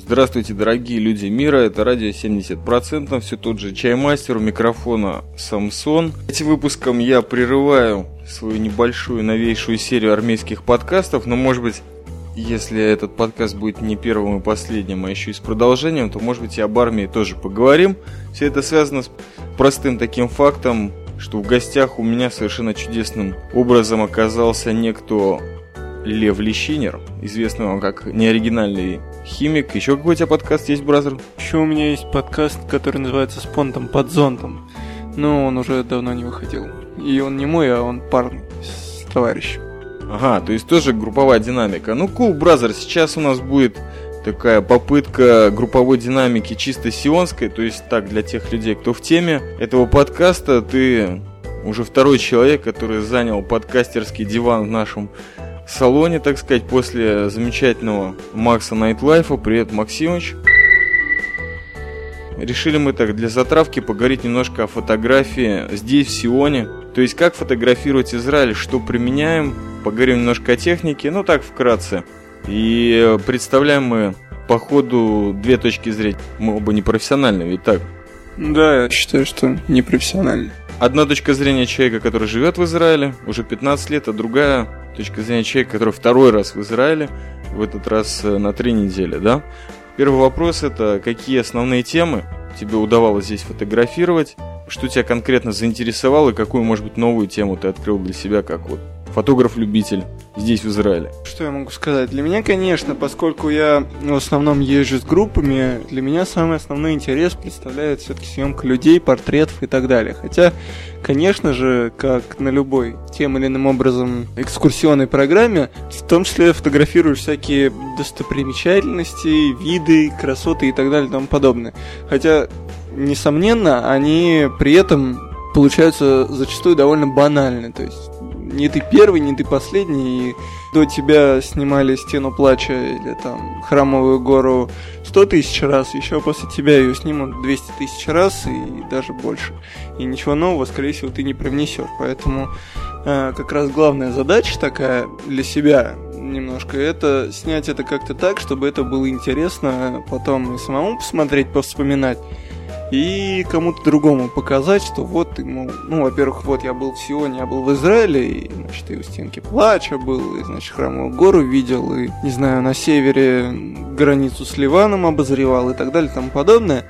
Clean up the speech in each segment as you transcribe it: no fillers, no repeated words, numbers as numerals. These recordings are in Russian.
Здравствуйте, дорогие люди мира, это радио 70%, все тот же Чаймастер, у микрофона Самсон. Этим выпуском я прерываю свою небольшую новейшую серию армейских подкастов, но может быть, если этот подкаст будет не первым и последним, а еще и с продолжением, то может быть и об армии тоже поговорим. Все это связано с простым таким фактом, что в гостях у меня совершенно чудесным образом оказался некто Лев Лещинер, известный вам как неоригинальный химик. Еще какой у тебя подкаст есть, бразер? Еще у меня есть подкаст, который называется «С понтом под зонтом», но он уже давно не выходил. И он не мой, а он парный, с товарищем. Ага, то есть тоже групповая динамика. Ну, cool, бразер, сейчас у нас будет такая попытка групповой динамики чисто сионской. То есть так, для тех людей, кто в теме этого подкаста, ты уже второй человек, который занял подкастерский диван в нашем салоне, так сказать, после замечательного Макса Найтлайфа. Привет, Максимыч. Решили мы так для затравки поговорить немножко о фотографии здесь, в Сионе. То есть, как фотографировать Израиль, что применяем. Поговорим немножко о технике, ну так, вкратце. И представляем мы по ходу две точки зрения. Мы оба не профессиональные, ведь так? Да, я считаю, что не профессионально. Одна точка зрения человека, который живет в Израиле уже 15 лет, а другая точка зрения человека, который второй раз в Израиле, в этот раз на 3 недели, да? Первый вопрос — это какие основные темы тебе удавалось здесь фотографировать, что тебя конкретно заинтересовало и какую, может быть, новую тему ты открыл для себя как вот фотограф-любитель здесь, в Израиле? Что я могу сказать? Для меня, конечно, поскольку я в основном езжу с группами, для меня самый основной интерес представляет все-таки съемка людей, портретов и так далее. Хотя, конечно же, как на любой тем или иным образом экскурсионной программе, в том числе фотографируешь всякие достопримечательности, виды, красоты и так далее и тому подобное. Хотя, несомненно, они при этом получаются зачастую довольно банальны. То есть не ты первый, не ты последний, и до тебя снимали «Стену плача» или там «Храмовую гору» 100 тысяч раз, еще после тебя ее снимут 200 тысяч раз и даже больше. И ничего нового, скорее всего, ты не привнесешь. Поэтому как раз главная задача такая для себя немножко, это снять это как-то так, чтобы это было интересно потом и самому посмотреть, повспоминать, и кому-то другому показать, что вот, ну, во-первых, вот я был в Сионе, я был в Израиле, и, значит, и у Стенки Плача был, и, значит, Храмовую гору видел, и, не знаю, на севере границу с Ливаном обозревал, и так далее, и тому подобное.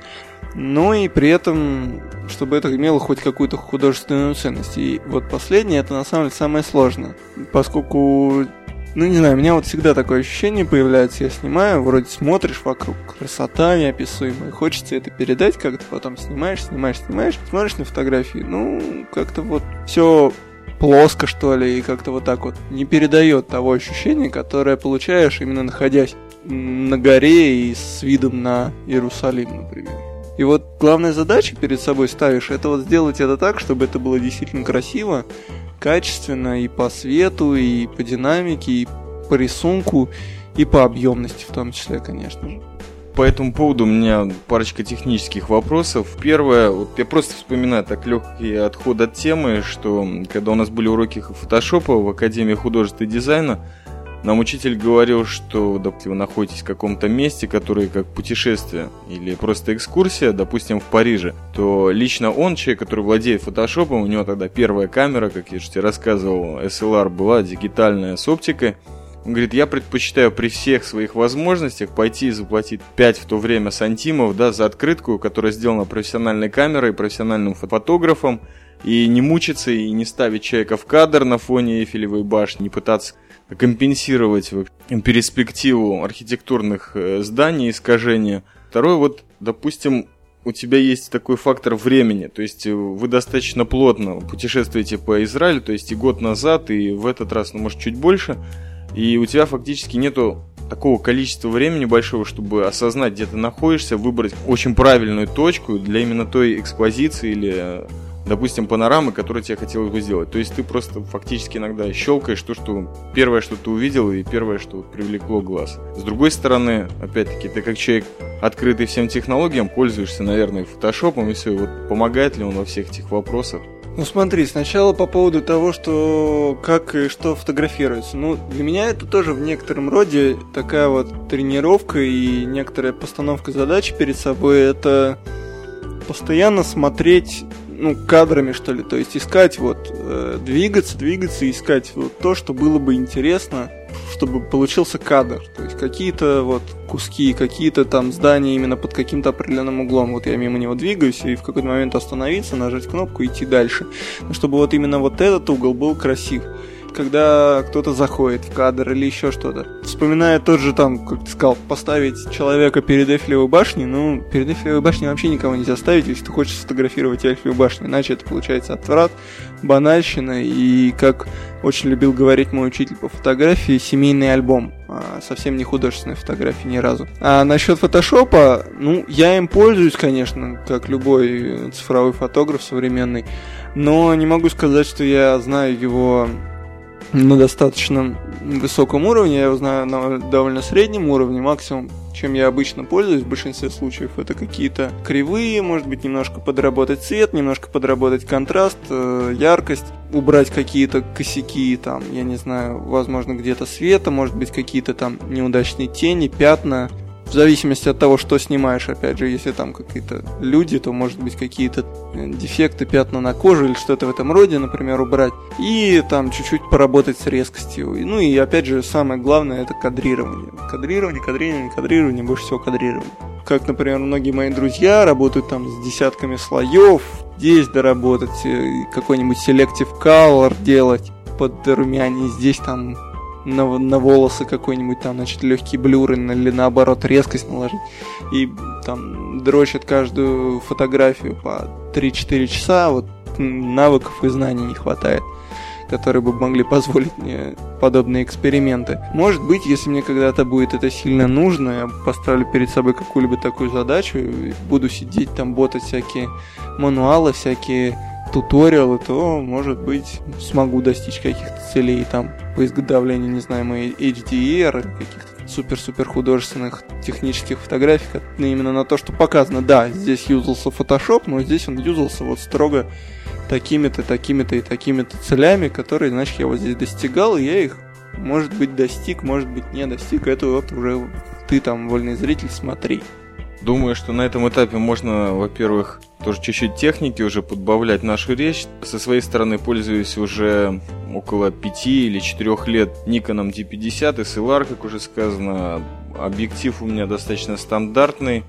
Но и при этом, чтобы это имело хоть какую-то художественную ценность. И вот последнее, это на самом деле самое сложное, поскольку... Ну, не знаю, у меня вот всегда такое ощущение появляется, я снимаю, вроде смотришь вокруг, красота неописуемая, хочется это передать, как-то потом снимаешь, смотришь на фотографии, ну, как-то вот все плоско, что ли, и как-то вот так вот не передает того ощущения, которое получаешь, именно находясь на горе и с видом на Иерусалим, например. И вот главная задача перед собой ставишь, это вот сделать это так, чтобы это было действительно красиво, качественно и по свету, и по динамике, и по рисунку, и по объемности в том числе, конечно же. По этому поводу у меня парочка технических вопросов. Первое, вот я просто вспоминаю так легкий отход от темы, что когда у нас были уроки фотошопа в Академии художества и дизайна, нам учитель говорил, что, допустим, вы находитесь в каком-то месте, которое как путешествие или просто экскурсия, допустим, в Париже, то лично он, человек, который владеет фотошопом, у него тогда первая камера, как я же тебе рассказывал, SLR была, дигитальная, с оптикой. Он говорит, я предпочитаю при всех своих возможностях пойти и заплатить 5 в то время сантимов, да, за открытку, которая сделана профессиональной камерой, профессиональным фотографом, и не мучиться, и не ставить человека в кадр на фоне Эйфелевой башни, не пытаться компенсировать перспективу архитектурных зданий, искажения. Второе, вот, допустим, у тебя есть такой фактор времени, то есть вы достаточно плотно путешествуете по Израилю, то есть и год назад, и в этот раз, ну, может, чуть больше, и у тебя фактически нету такого количества времени большого, чтобы осознать, где ты находишься, выбрать очень правильную точку для именно той экспозиции или, допустим, панорамы, которую тебе хотелось бы сделать. То есть ты просто фактически иногда щелкаешь то, что первое, что ты увидел, и первое, что привлекло глаз. С другой стороны, опять-таки, ты как человек, открытый всем технологиям, пользуешься, наверное, фотошопом, и все. И вот помогает ли он во всех этих вопросах? Ну смотри, сначала по поводу того, что как и что фотографируется. Ну, для меня это тоже в некотором роде такая вот тренировка и некоторая постановка задач перед собой. Это постоянно смотреть, кадрами, что ли. То есть искать двигаться, искать вот то, что было бы интересно, чтобы получился кадр. То есть какие-то куски, какие-то там здания именно под каким-то определенным углом. Вот я мимо него двигаюсь, и в какой-то момент остановиться, нажать кнопку и идти дальше. Но чтобы именно этот угол был красив. Когда кто-то заходит в кадр или еще что-то. Вспоминая тот же как ты сказал, поставить человека перед Эйфелевой башней, перед Эйфелевой башней вообще никого нельзя ставить, если ты хочешь сфотографировать Эйфелеву башню, иначе это получается отврат, банальщина и, как очень любил говорить мой учитель по фотографии, семейный альбом, совсем не художественная фотография ни разу. А насчет фотошопа, я им пользуюсь, конечно, как любой цифровой фотограф современный, но не могу сказать, что я знаю его на достаточно высоком уровне, я его знаю на довольно среднем уровне. Максимум, чем я обычно пользуюсь в большинстве случаев, это какие-то кривые, может быть, немножко подработать цвет, немножко подработать контраст, яркость, убрать какие-то косяки, я не знаю, возможно, где-то света, может быть, какие-то неудачные тени, пятна. В зависимости от того, что снимаешь, опять же, если там какие-то люди, то, может быть, какие-то дефекты, пятна на коже или что-то в этом роде, например, убрать. И чуть-чуть поработать с резкостью. И опять же, самое главное, это кадрирование. Кадрирование, больше всего кадрирование. Как, например, многие мои друзья работают с десятками слоев. Здесь доработать, какой-нибудь selective color делать под румяние, здесь на волосы какой-нибудь легкий блюр или наоборот резкость наложить. И дрочат каждую фотографию по 3-4 часа. Навыков и знаний не хватает, которые бы могли позволить мне подобные эксперименты. Может быть, если мне когда-то будет это сильно нужно, я поставлю перед собой какую-либо такую задачу и буду сидеть ботать всякие мануалы, всякие туториалы, то, может быть, смогу достичь каких-то целей, по изготовлению, не знаю, моей HDR, каких-то супер-супер художественных технических фотографий, именно на то, что показано. Да, здесь юзался Photoshop, но здесь он юзался строго такими-то и такими-то целями, которые, значит, я здесь достигал, и я их, может быть, достиг, может быть, не достиг. Это уже ты вольный зритель, смотри. Думаю, что на этом этапе можно, во-первых, тоже чуть-чуть техники уже подбавлять нашу речь. Со своей стороны пользуюсь уже около 5 или 4 лет Nikon D50 SLR, как уже сказано. Объектив у меня достаточно стандартный,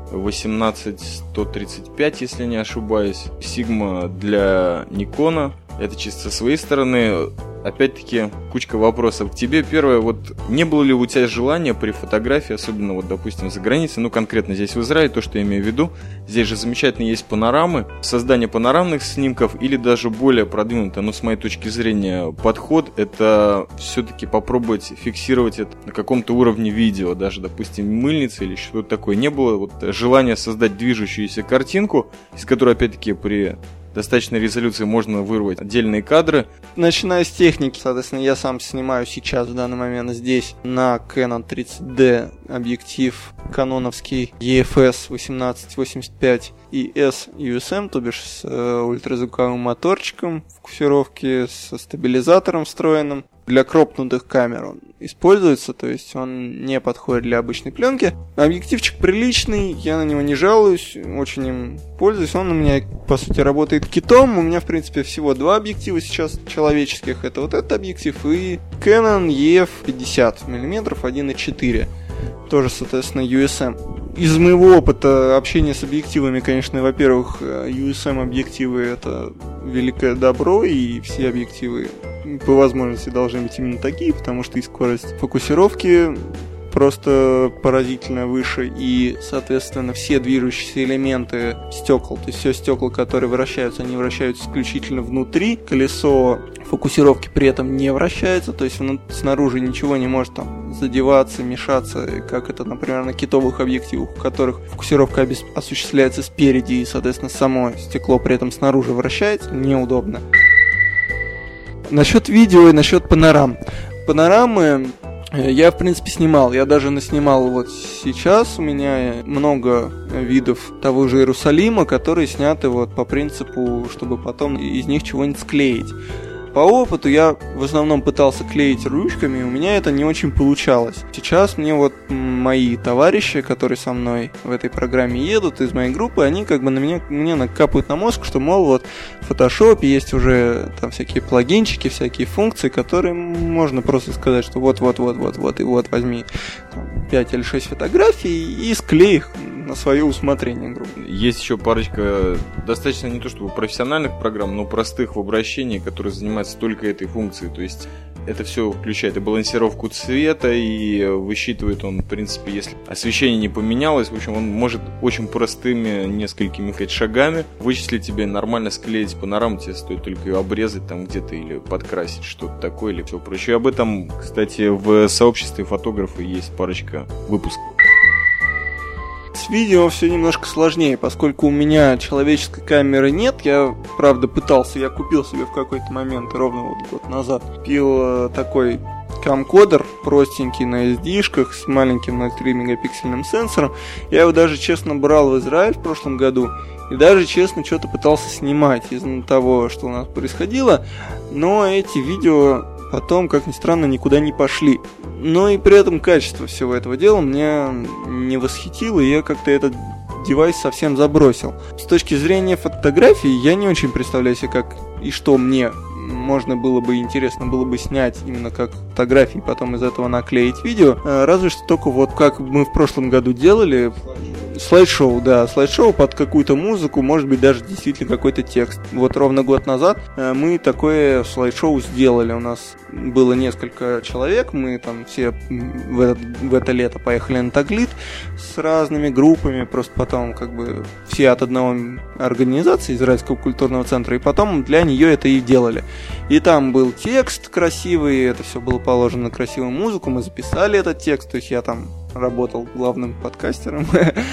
18-135, если не ошибаюсь. Sigma для Nikon. Это чисто со своей стороны. Опять-таки, кучка вопросов к тебе. Первое, не было ли у тебя желания при фотографии, особенно, допустим, за границей, конкретно здесь в Израиле, то, что я имею в виду, здесь же замечательно есть панорамы, создание панорамных снимков или даже более продвинутый, с моей точки зрения, подход, это все-таки попробовать фиксировать это на каком-то уровне видео, даже, допустим, мыльница или что-то такое. Не было желания создать движущуюся картинку, из которой, опять-таки, при достаточной резолюции можно вырвать отдельные кадры. Начиная с техники, соответственно, я сам снимаю сейчас, в данный момент, здесь на Canon 30D объектив каноновский EFS 1885 и S USM, то бишь с ультразвуковым моторчиком фокусировки, со стабилизатором встроенным. Для кропнутых камер он используется, то есть он не подходит для обычной пленки. Объективчик приличный, я на него не жалуюсь, очень им пользуюсь. Он у меня, по сути, работает китом. У меня, в принципе, всего 2 объектива сейчас человеческих. Это этот объектив и Canon EF 50 мм 1.4. Тоже, соответственно, USM. Из моего опыта общения с объективами, конечно, во-первых, USM объективы это великое добро, и все объективы по возможности должны быть именно такие, потому что и скорость фокусировки просто поразительно выше, и, соответственно, все движущиеся элементы стекол, то есть все стекла, которые вращаются, они вращаются исключительно внутри, колесо фокусировки при этом не вращается, то есть снаружи ничего не может задеваться, мешаться, как это, например, на китовых объективах, у которых фокусировка осуществляется спереди, и, соответственно, само стекло при этом снаружи вращается, неудобно. Насчет видео и насчет панорам. Панорамы Я, в принципе, снимал. Я даже наснимал вот сейчас. У меня много видов того же Иерусалима, которые сняты вот по принципу, чтобы потом из них чего-нибудь склеить. По опыту я в основном пытался клеить ручками, и у меня это не очень получалось. Сейчас мне вот мои товарищи, которые со мной в этой программе едут, из моей группы, они как бы мне накапывают на мозг, что, мол, вот в Photoshop есть уже там всякие плагинчики, всякие функции, которые можно просто сказать, что вот, и вот возьми там, 5 или 6 фотографий и склей их на свое усмотрение, грубо. Есть еще парочка достаточно не то чтобы профессиональных программ, но простых в обращении, которые занимаются только этой функцией. То есть это все включает и балансировку цвета, и высчитывает он, в принципе, если освещение не поменялось, в общем, он может очень простыми несколькими шагами вычислить тебе, нормально склеить панораму, тебе стоит только ее обрезать там где-то или подкрасить что-то такое или все прочее. И об этом, кстати, в сообществе фотографов есть парочка выпусков. С видео все немножко сложнее, поскольку у меня человеческой камеры нет. Я, правда, пытался, я купил себе в какой-то момент, ровно вот год назад, купил такой камкодер простенький на SD-шках с маленьким 0,3 мегапиксельным сенсором. Я его даже, честно, брал в Израиль в прошлом году. И даже, честно, что-то пытался снимать из-за того, что у нас происходило. Но эти видео потом, как ни странно, никуда не пошли. Но и при этом качество всего этого дела меня не восхитило, и я как-то этот девайс совсем забросил. С точки зрения фотографии, я не очень представляю себе, как и что мне можно было бы, интересно было бы снять именно как фотографии, потом из этого наклеить видео. Разве что только вот как мы в прошлом году делали, слайд-шоу, да, слайд-шоу под какую-то музыку, может быть даже действительно какой-то текст. Вот ровно год назад мы такое слайд-шоу сделали. У нас было несколько человек, мы там все в это лето поехали на Таглит с разными группами, просто потом как бы все от одной организации Израильского культурного центра, и потом для нее это и делали. И там был текст красивый, это все было положено на красивую музыку, мы записали этот текст, то есть я там работал главным подкастером.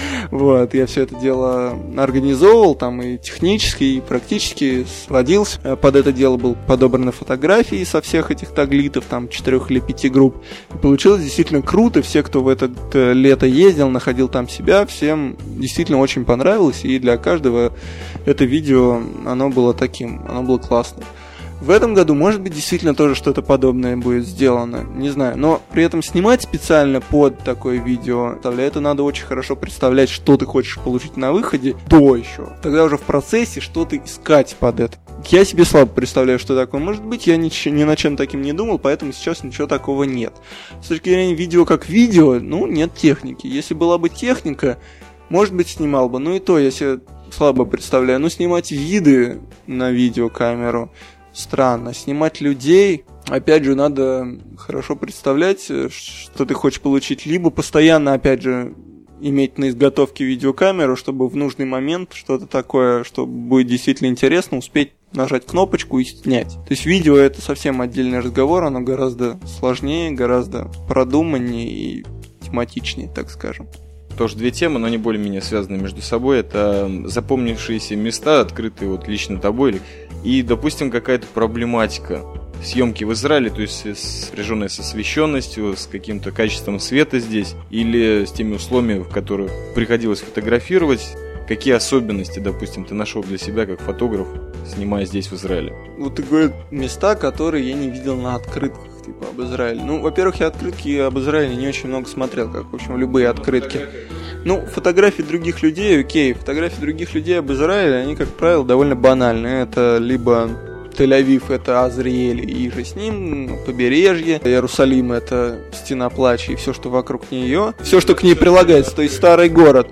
Вот, я все это дело организовывал, там и технически, и практически сводился. Под это дело был подобраны фотографии со всех этих таглитов, там 4 или 5 групп. И получилось действительно круто. Все, кто в это лето ездил, находил там себя, всем действительно очень понравилось. И для каждого это видео, оно было таким, оно было классным. В этом году, может быть, действительно тоже что-то подобное будет сделано, не знаю. Но при этом снимать специально под такое видео, для этого надо очень хорошо представлять, что ты хочешь получить на выходе до еще. Тогда уже в процессе что-то искать под это. Я себе слабо представляю, что такое может быть. Я ни над чем таким не думал, поэтому сейчас ничего такого нет. С точки зрения видео как видео, нет техники. Если была бы техника, может быть, снимал бы. Но и то я себе слабо представляю. Снимать виды на видеокамеру странно. Снимать людей, опять же, надо хорошо представлять, что ты хочешь получить. Либо постоянно, опять же, иметь на изготовке видеокамеру, чтобы в нужный момент что-то такое, что будет действительно интересно, успеть нажать кнопочку и снять. То есть видео — это совсем отдельный разговор, оно гораздо сложнее, гораздо продуманнее и тематичнее, так скажем. Тоже две темы, но они более-менее связаны между собой. Это запомнившиеся места, открытые вот лично тобой, и, допустим, какая-то проблематика съемки в Израиле, то есть сопряженная с освещенностью, с каким-то качеством света здесь, или с теми условиями, в которых приходилось фотографировать. Какие особенности, допустим, ты нашел для себя как фотограф, снимая здесь, в Израиле? Вот ты говоришь, места, которые я не видел на открытках, типа об Израиле. Во-первых, я открытки об Израиле не очень много смотрел, как, в общем, любые открытки. Фотографии других людей, окей, фотографии других людей об Израиле, они, как правило, довольно банальные. Это либо Тель-Авив — это Азриэль и же с ним, побережье, Иерусалим — это стена плача и все, что вокруг нее, все, что к ней прилагается, то есть старый город,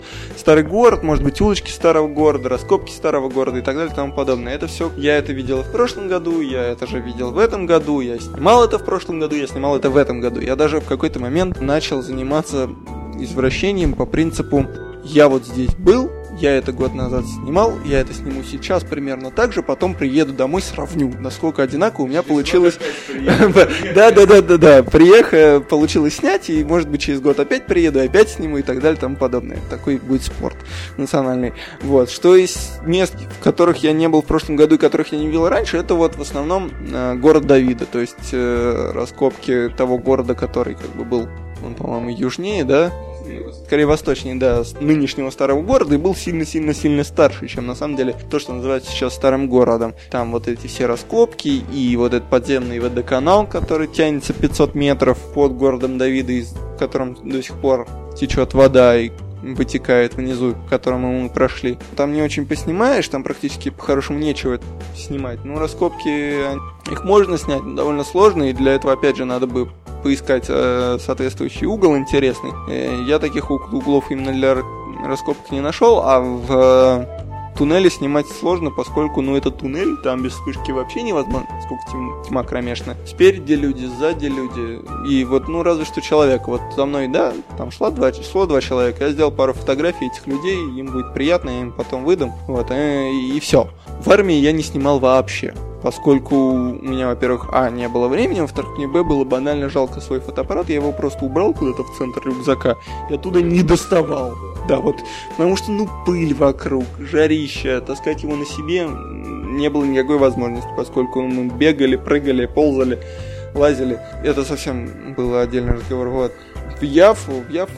может быть, улочки старого города, раскопки старого города и так далее и тому подобное. Это все, я это видел в прошлом году, я это же видел в этом году, я снимал это в прошлом году, я снимал это в этом году. Я даже в какой-то момент начал заниматься извращением по принципу: я вот здесь был, я это год назад снимал, я это сниму сейчас примерно так же, потом приеду домой, сравню, насколько одинаково у меня получилось. Да, получилось снять, и может быть через год опять приеду, опять сниму и так далее и тому подобное. Такой будет спорт национальный. Вот. Что из мест, в которых я не был в прошлом году и которых я не видел раньше, это вот в основном город Давида, то есть раскопки того города, который как бы был, он, по-моему, южнее, да? Скорее восточнее, да, нынешнего старого города, и был сильно-сильно-сильно старше, чем на самом деле то, что называется сейчас старым городом. Там вот эти все раскопки и вот этот подземный водоканал, который тянется 500 метров под городом Давида, в котором до сих пор течет вода и вытекает внизу, к которому мы прошли. Там не очень поснимаешь, там практически по-хорошему нечего снимать. Ну, раскопки, их можно снять, но довольно сложно, и для этого, опять же, надо бы поискать соответствующий угол интересный. Я таких углов именно для раскопок не нашел, а в туннеле снимать сложно, поскольку, ну, это туннель, там без вспышки вообще невозможно, сколько тьма кромешная. Спереди люди, сзади люди, и вот, ну, разве что человек. Вот за мной, да, там шло два человека, я сделал пару фотографий этих людей, им будет приятно, я им потом выдам, вот, и все. В армии я не снимал вообще, поскольку у меня, во-первых, не было времени, во-вторых, мне, было банально жалко свой фотоаппарат, я его просто убрал куда-то в центр рюкзака и оттуда не доставал. Да, вот, потому что, ну, пыль вокруг, жарища, таскать его на себе не было никакой возможности, поскольку мы бегали, прыгали, ползали, лазили. Это совсем был отдельный разговор, вот. В Яфу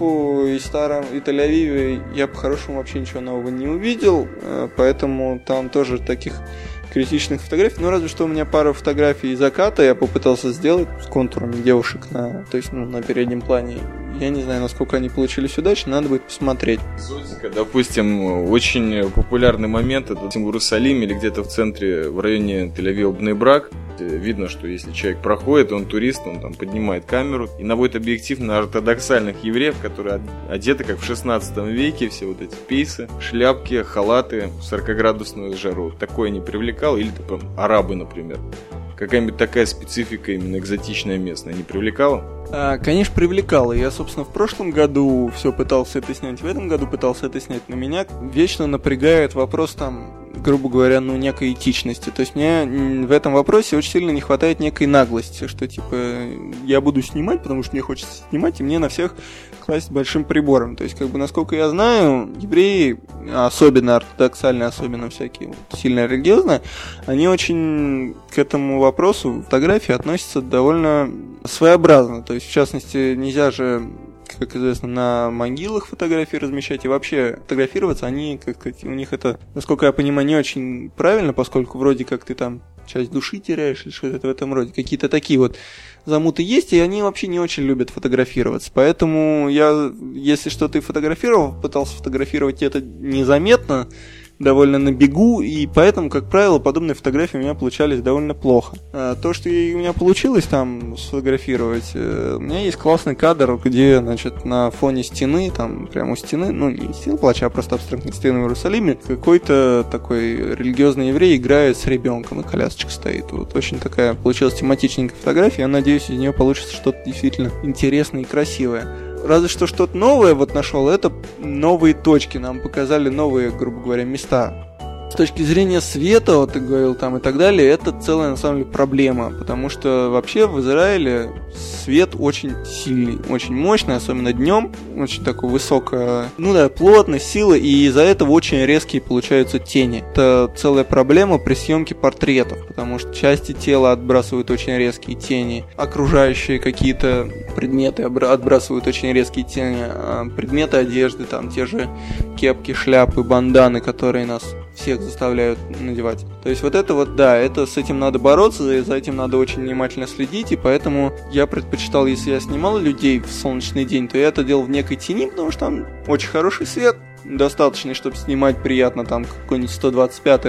и Тель-Авиве я по-хорошему вообще ничего нового не увидел, поэтому там тоже таких критичных фотографий, ну, разве что у меня пара фотографий заката я попытался сделать с контурами девушек на переднем плане. Я не знаю, насколько они получились удачно, надо будет посмотреть. Экзотика, допустим, очень популярный момент, это в Иерусалиме или где-то в центре, в районе Тель-Авива Бней-Брак. Видно, что если человек проходит, он турист, он там поднимает камеру и наводит объектив на ортодоксальных евреев, которые одеты как в 16 веке, все вот эти пейсы, шляпки, халаты, 40-градусную жару. Такое не привлекало, или арабы, например. Какая-нибудь такая специфика, именно экзотичная местная, не привлекала? Конечно, привлекало. Я, собственно, в прошлом году все пытался это снять, в этом году пытался это снять, но меня вечно напрягает вопрос там, грубо говоря, некой этичности. То есть мне в этом вопросе очень сильно не хватает некой наглости, что типа я буду снимать, потому что мне хочется снимать, и мне на всех класть большим прибором. То есть, как бы, насколько я знаю, евреи, особенно ортодоксальные, особенно всякие сильно религиозные, они очень к этому вопросу фотографии относятся довольно своеобразно. То есть, в частности, нельзя же, как известно, на могилах фотографии размещать и вообще фотографироваться, они, как сказать, у них это, насколько я понимаю, не очень правильно, поскольку вроде как ты там часть души теряешь или что-то в этом роде. Какие-то такие вот замуты есть, и они вообще не очень любят фотографироваться. Поэтому я, если что-то и фотографировал, пытался фотографировать это незаметно, довольно на бегу, и поэтому, как правило, подобные фотографии у меня получались довольно плохо. То, что у меня получилось там сфотографировать, у меня есть классный кадр, где, значит, на фоне стены, там прямо у стены, ну не стены плача, а просто абстрактной стены в Иерусалиме, какой-то такой религиозный еврей играет с ребенком, и колясочка стоит. Вот очень такая получилась тематичненькая фотография, я надеюсь, из нее получится что-то действительно интересное и красивое. Разве что что-то новое вот нашел, это новые точки, нам показали новые, грубо говоря, места. С точки зрения света, вот ты говорил там и так далее, это целая на самом деле проблема, потому что вообще в Израиле свет очень сильный, очень мощный, особенно днем, очень такой высокая, плотность, сила, и из-за этого очень резкие получаются тени. Это целая проблема при съемке портретов, потому что части тела отбрасывают очень резкие тени, окружающие какие-то предметы отбрасывают очень резкие тени, предметы одежды, там те же кепки, шляпы, банданы, которые нас всех заставляют надевать. То есть вот это вот, да, это с этим надо бороться, за этим надо очень внимательно следить, и поэтому я предпочитал, если я снимал людей в солнечный день, то я это делал в некой тени, потому что там очень хороший свет, достаточный, чтобы снимать приятно, там какой-нибудь 125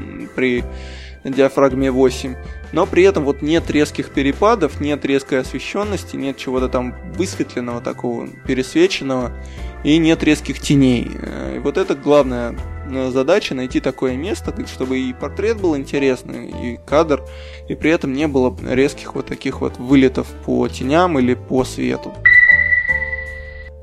при диафрагме 8, но при этом вот нет резких перепадов, нет резкой освещенности, нет чего-то там высветленного, такого пересвеченного, и нет резких теней. И вот это главная задача — найти такое место, чтобы и портрет был интересный, и кадр, и при этом не было резких вот таких вот вылетов по теням или по свету.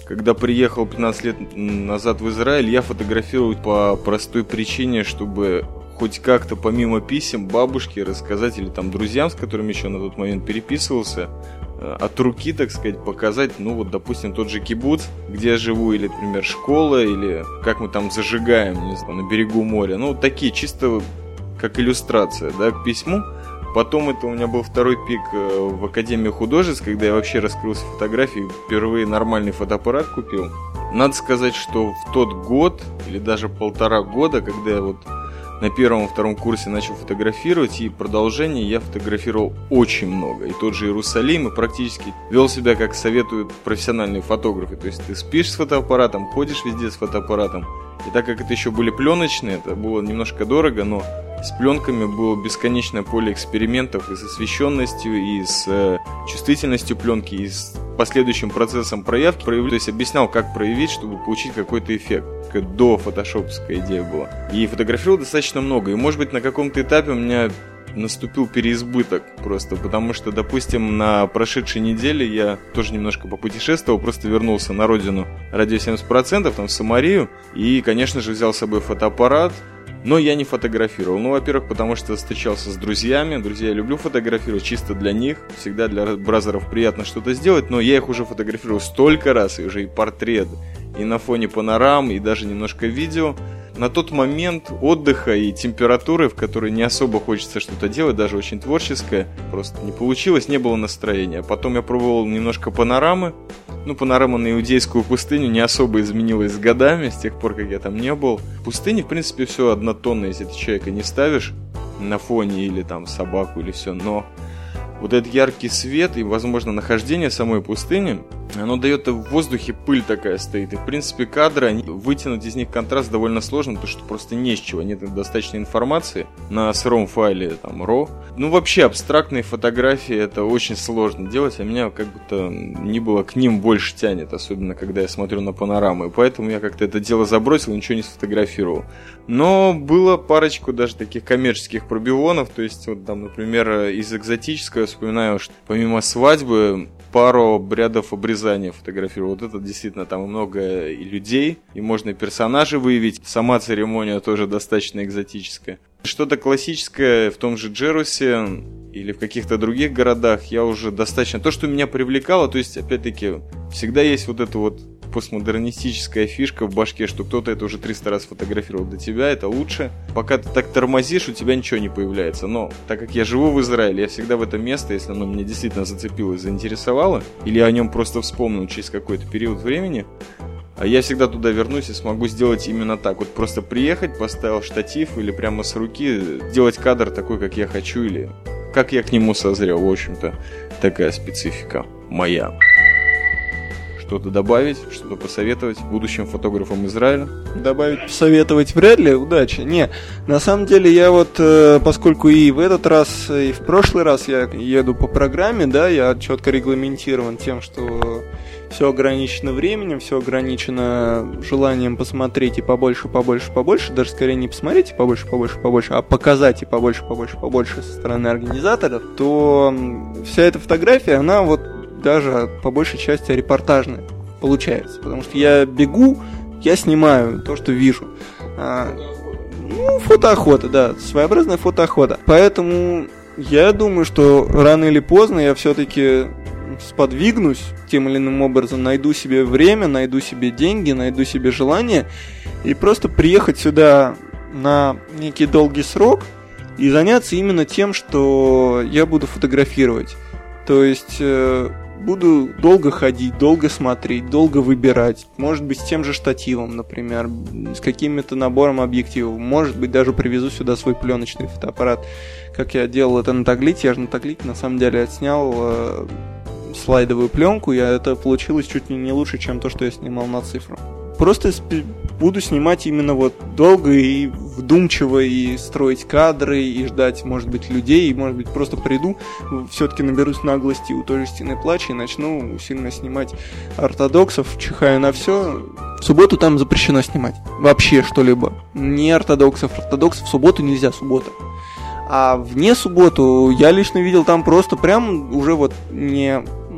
Когда приехал 15 лет назад в Израиль, я фотографировал по простой причине, чтобы хоть как-то помимо писем бабушке рассказать или там друзьям, с которыми еще на тот момент переписывался, от руки, так сказать, показать, ну вот, допустим, тот же кибуц, где я живу, или, например, школа, или как мы там зажигаем, не знаю, на берегу моря. Ну, вот такие, чисто как иллюстрация, да, к письму. Потом это у меня был второй пик в Академии художеств, когда я вообще раскрылся в фотографии, впервые нормальный фотоаппарат купил. Надо сказать, что в тот год, или даже 1,5 года, когда я вот на первом-втором курсе начал фотографировать, и продолжение я фотографировал очень много. И тот же Иерусалим, и практически вел себя, как советуют профессиональные фотографы. То есть ты спишь с фотоаппаратом, ходишь везде с фотоаппаратом. И так как это еще были пленочные, это было немножко дорого, но с пленками было бесконечное поле экспериментов и с освещенностью, и с чувствительностью пленки, и с последующим процессом проявки. То есть объяснял, как проявить, чтобы получить какой-то эффект. До фотошопская идея была. И фотографировал достаточно много. И, может быть, на каком-то этапе у меня наступил переизбыток просто, потому что, допустим, на прошедшей неделе я тоже немножко попутешествовал, просто вернулся на родину радио 70%, там в Самарию, и, конечно же, взял с собой фотоаппарат, но я не фотографировал. Ну, во-первых, потому что встречался с друзьями. Друзья, я люблю фотографировать чисто для них. Всегда для бразеров приятно что-то сделать, но я их уже фотографировал столько раз, и уже и портрет, и на фоне панорам, и даже немножко видео. На тот момент отдыха и температуры, в которой не особо хочется что-то делать, даже очень творческое, просто не получилось, не было настроения. Потом я пробовал немножко панорамы. Ну, панорама на Иудейскую пустыню не особо изменилась с годами, с тех пор, как я там не был. В пустыне, в принципе, все однотонно, если ты человека не ставишь на фоне или там собаку или все, но вот этот яркий свет и, возможно, нахождение самой пустыни, оно дает в воздухе, пыль такая стоит. И, в принципе, кадры, вытянуть из них контраст довольно сложно, потому что просто не с чего. Нет достаточной информации на сыром файле, там, RAW. Ну, вообще, абстрактные фотографии это очень сложно делать, а меня как будто не было к ним больше тянет, особенно когда я смотрю на панорамы. И поэтому я как-то это дело забросил и ничего не сфотографировал. Но было парочку даже таких коммерческих пробивонов, то есть, вот там, например, из экзотического я вспоминаю, что помимо свадьбы пару обрядов обрезания фотографировал. Вот это действительно там много и людей, и можно персонажей выявить. Сама церемония тоже достаточно экзотическая. Что-то классическое в том же Джерусе или в каких-то других городах я уже достаточно... То, что меня привлекало, то есть, опять-таки, всегда есть вот это вот постмодернистическая фишка в башке, что кто-то это уже 300 раз фотографировал до тебя, это лучше. Пока ты так тормозишь, у тебя ничего не появляется. Но так как я живу в Израиле, я всегда в это место, если оно меня действительно зацепило и заинтересовало, или я о нем просто вспомнил через какой-то период времени, я всегда туда вернусь и смогу сделать именно так. Вот просто приехать, поставил штатив или прямо с руки делать кадр такой, как я хочу, или как я к нему созрел. В общем-то, такая специфика моя. Что-то добавить, что-то посоветовать будущим фотографам Израиля? Добавить, посоветовать вряд ли, удачи. Не, на самом деле я вот, поскольку и в этот раз, и в прошлый раз я еду по программе, да, я четко регламентирован тем, что все ограничено временем, все ограничено желанием посмотреть и побольше, даже скорее не посмотреть и побольше, а показать и побольше со стороны организаторов, то вся эта фотография, она вот даже по большей части репортажная получается, потому что я бегу, я снимаю то, что вижу. Фотоохота, да, своеобразная фотоохота. Поэтому я думаю, что рано или поздно я все-таки сподвигнусь тем или иным образом, найду себе время, найду себе деньги, найду себе желание и просто приехать сюда на некий долгий срок и заняться именно тем, что я буду фотографировать. То есть буду долго ходить, долго смотреть, долго выбирать. Может быть, с тем же штативом, например, с каким-то набором объективов. Может быть, даже привезу сюда свой пленочный фотоаппарат, как я делал это на Таглите. Я же на Таглите, на самом деле, отснял слайдовую пленку, и это получилось чуть ли не лучше, чем то, что я снимал на цифру. Просто буду снимать именно вот долго и вдумчиво, и строить кадры, и ждать, может быть, людей, и, может быть, просто приду, все-таки наберусь наглости у той же Стены Плача и начну сильно снимать ортодоксов, чихая на все. В субботу там запрещено снимать вообще что-либо. Не ортодоксов в субботу нельзя, суббота. А вне субботу я лично видел там просто прям уже вот не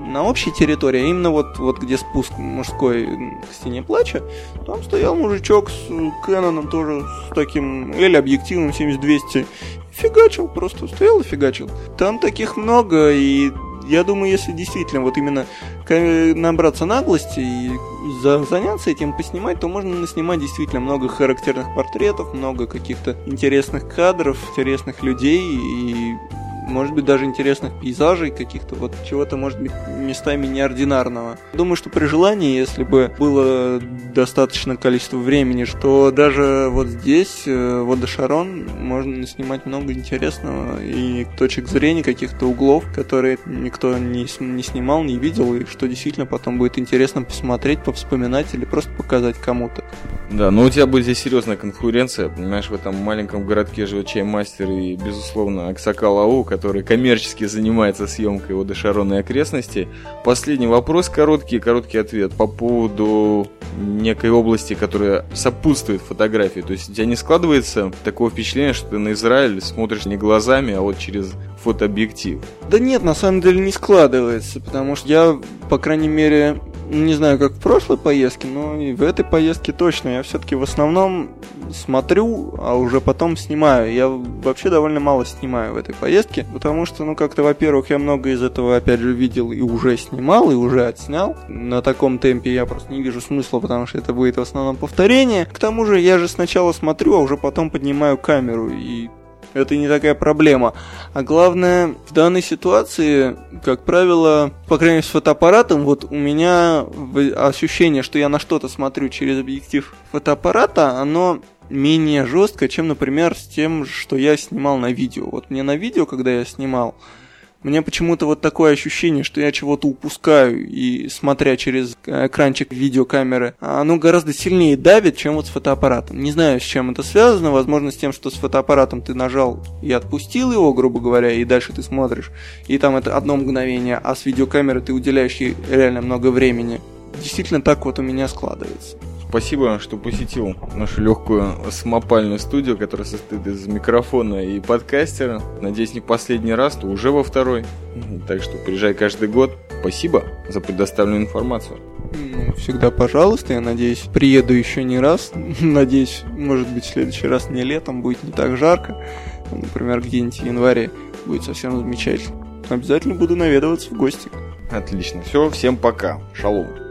на общей территории, а именно вот где спуск мужской к стене плача, там стоял мужичок с Canon тоже с таким L-объективом 70-200. Фигачил, просто стоял и фигачил. Там таких много, и я думаю, если действительно вот именно набраться наглости и заняться этим, поснимать, то можно наснимать действительно много характерных портретов, много каких-то интересных кадров, интересных людей и, может быть, даже интересных пейзажей, каких-то вот чего-то, может быть, местами неординарного. Думаю, что при желании, если бы было достаточное количество времени, что даже вот здесь, в Оде-Шарон, можно снимать много интересного и точек зрения, каких-то углов, которые никто не снимал, не видел, и что действительно потом будет интересно посмотреть, повспоминать или просто показать кому-то. Да, но у тебя будет здесь серьезная конкуренция, понимаешь, в этом маленьком городке живет чаймастер и, безусловно, Аксакал АУ, который коммерчески занимается съемкой Оде-Шарона и окрестностей. Последний вопрос, короткий ответ по поводу некой области, которая сопутствует фотографии. То есть у тебя не складывается такого впечатления, что ты на Израиль смотришь не глазами, а вот через фотообъектив? Да нет, на самом деле не складывается, потому что я, по крайней мере, не знаю, как в прошлой поездке, но и в этой поездке точно. Я все-таки в основном смотрю, а уже потом снимаю. Я вообще довольно мало снимаю в этой поездке, потому что, как-то, во-первых, я много из этого, опять же, видел и уже снимал, и уже отснял. На таком темпе я просто не вижу смысла, потому что это будет в основном повторение. К тому же, я же сначала смотрю, а уже потом поднимаю камеру, и это не такая проблема. А главное, в данной ситуации, как правило, по крайней мере с фотоаппаратом, вот у меня ощущение, что я на что-то смотрю через объектив фотоаппарата, оно менее жесткое, чем, например, с тем, что я снимал на видео. Вот мне на видео, когда я снимал, мне почему-то вот такое ощущение, что я чего-то упускаю, и смотря через экранчик видеокамеры, оно гораздо сильнее давит, чем вот с фотоаппаратом. Не знаю, с чем это связано, возможно, с тем, что с фотоаппаратом ты нажал и отпустил его, грубо говоря, и дальше ты смотришь, и там это одно мгновение, а с видеокамеры ты уделяешь ей реально много времени. Действительно так вот у меня складывается. Спасибо, что посетил нашу легкую самопальную студию, которая состоит из микрофона и подкастера. Надеюсь, не последний раз, то уже во второй. Так что приезжай каждый год. Спасибо за предоставленную информацию. Всегда пожалуйста, я надеюсь, приеду еще не раз. Надеюсь, может быть, в следующий раз не летом, будет не так жарко. Например, где-нибудь в январе будет совсем замечательно. Обязательно буду наведываться в гости. Отлично. Все, всем пока. Шалом.